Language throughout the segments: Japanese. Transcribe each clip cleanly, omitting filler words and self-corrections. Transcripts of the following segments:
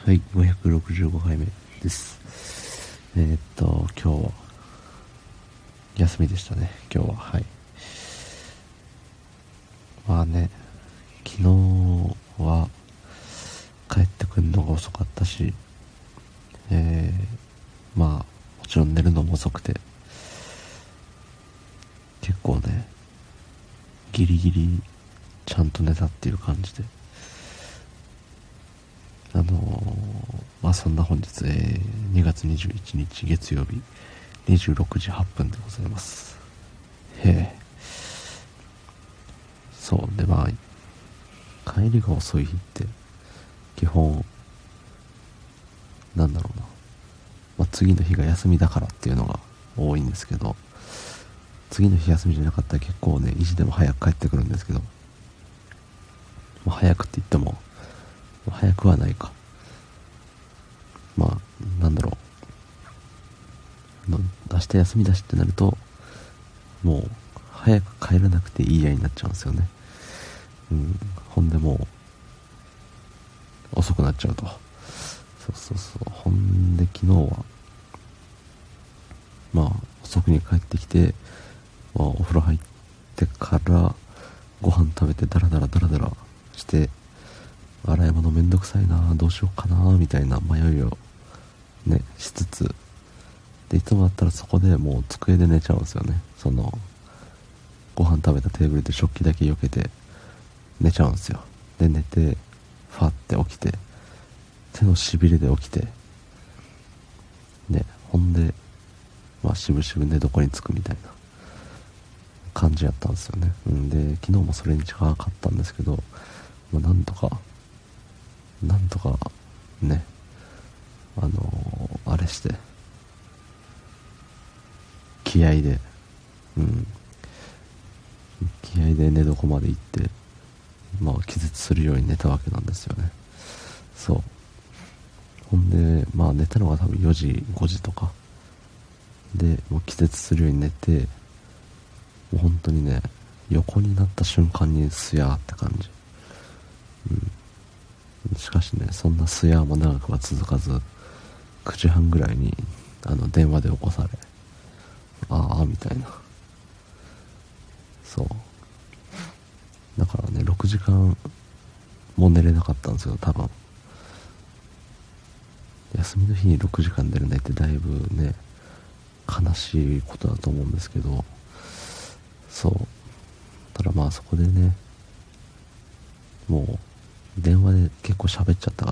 はい、565回目です。今日は休みでしたね。今日ははい。まあね、昨日は帰ってくるのが遅かったし、まあもちろん寝るのも遅くて、結構ねギリギリちゃんと寝たっていう感じで、まあそんな本日、2月21日月曜日26時8分でございます。そうで、まあ帰りが遅い日って基本なんだろうな、まあ、次の日が休みだからっていうのが多いんですけど、次の日休みじゃなかったら結構ね意地でも早く帰ってくるんですけど、もう早くって言っても早くはないか、まあなんだろう、明日休みだしってなるともう早く帰らなくていいやになっちゃうんですよね。ほんでもう遅くなっちゃうと。そうほんで昨日はまあ遅くに帰ってきて、まあ、お風呂入ってからご飯食べてダラダラして、洗い物めんどくさいな、どうしようかなみたいな迷いをねしつつで、いつもだったらそこでもう机で寝ちゃうんですよね。そのご飯食べたテーブルで食器だけ避けて寝ちゃうんですよ。で寝てファって起きて手のしびれで起きて、でほんでまあしぶしぶ寝床につくみたいな感じやったんですよね。で昨日もそれに近かったんですけど、まあ、なんとかねあれして気合で寝床まで行って、まあ気絶するように寝たわけなんですよね。そうほんでまあ寝たのが多分4時5時とかで、もう気絶するように寝て、もう本当にね横になった瞬間にすやーって感じ。しかしねそんなすやーも長くは続かず、9時半ぐらいに電話で起こされ、ああみたいな。そうだからね6時間も寝れなかったんですよ多分。休みの日に6時間寝れないってだいぶね悲しいことだと思うんですけど、そうただまあそこでねもう電話で結構喋っちゃったから、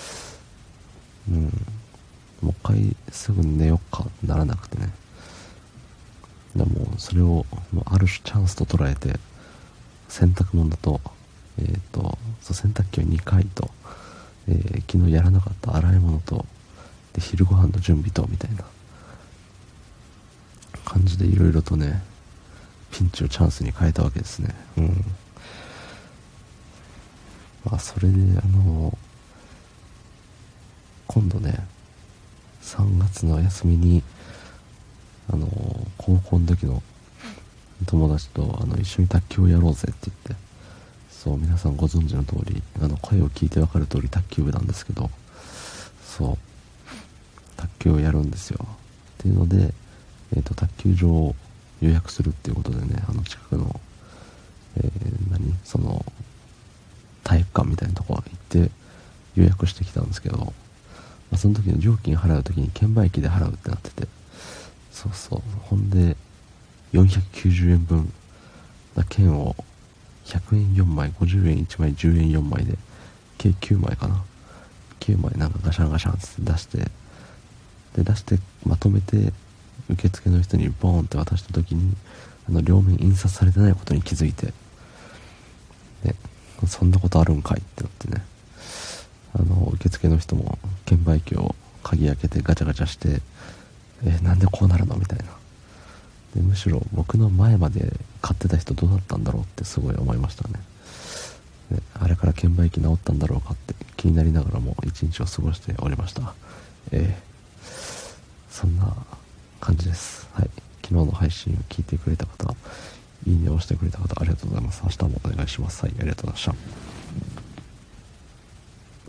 もう一回すぐ寝よっかってならなくてね。でもそれをある種チャンスと捉えて、洗濯物と洗濯機を2回と、昨日やらなかった洗い物とで昼ご飯の準備とみたいな感じでいろいろとねピンチをチャンスに変えたわけですね。まあそれで今度ね3月の休みに高校の時の友達と一緒に卓球をやろうぜって言って、そう皆さんご存知の通り声を聞いてわかる通り卓球部なんですけど、そう卓球をやるんですよっていうので、卓球場を予約するっていうことでね近くの、その体育館みたいなところ行って予約してきたんですけど、まあ、その時の料金払う時に券売機で払うってなってて、ほんで490円分券を100円4枚50円1枚10円4枚で計9枚かな、9枚なんかガシャンガシャンって出してまとめて受付の人にボーンって渡した時に両面印刷されてないことに気づいて、でそんなことあるんかいってなってね、受付の人も券売機を鍵開けてガチャガチャして、なんでこうなるのみたいな。でむしろ僕の前まで買ってた人どうだったんだろうってすごい思いましたね。であれから券売機直ったんだろうかって気になりながらも一日を過ごしておりました。そんな感じです。はい、昨日の配信を聞いてくれた方、いいねを押してくれた方ありがとうございます。明日もお願いします。はい、ありがとうございました。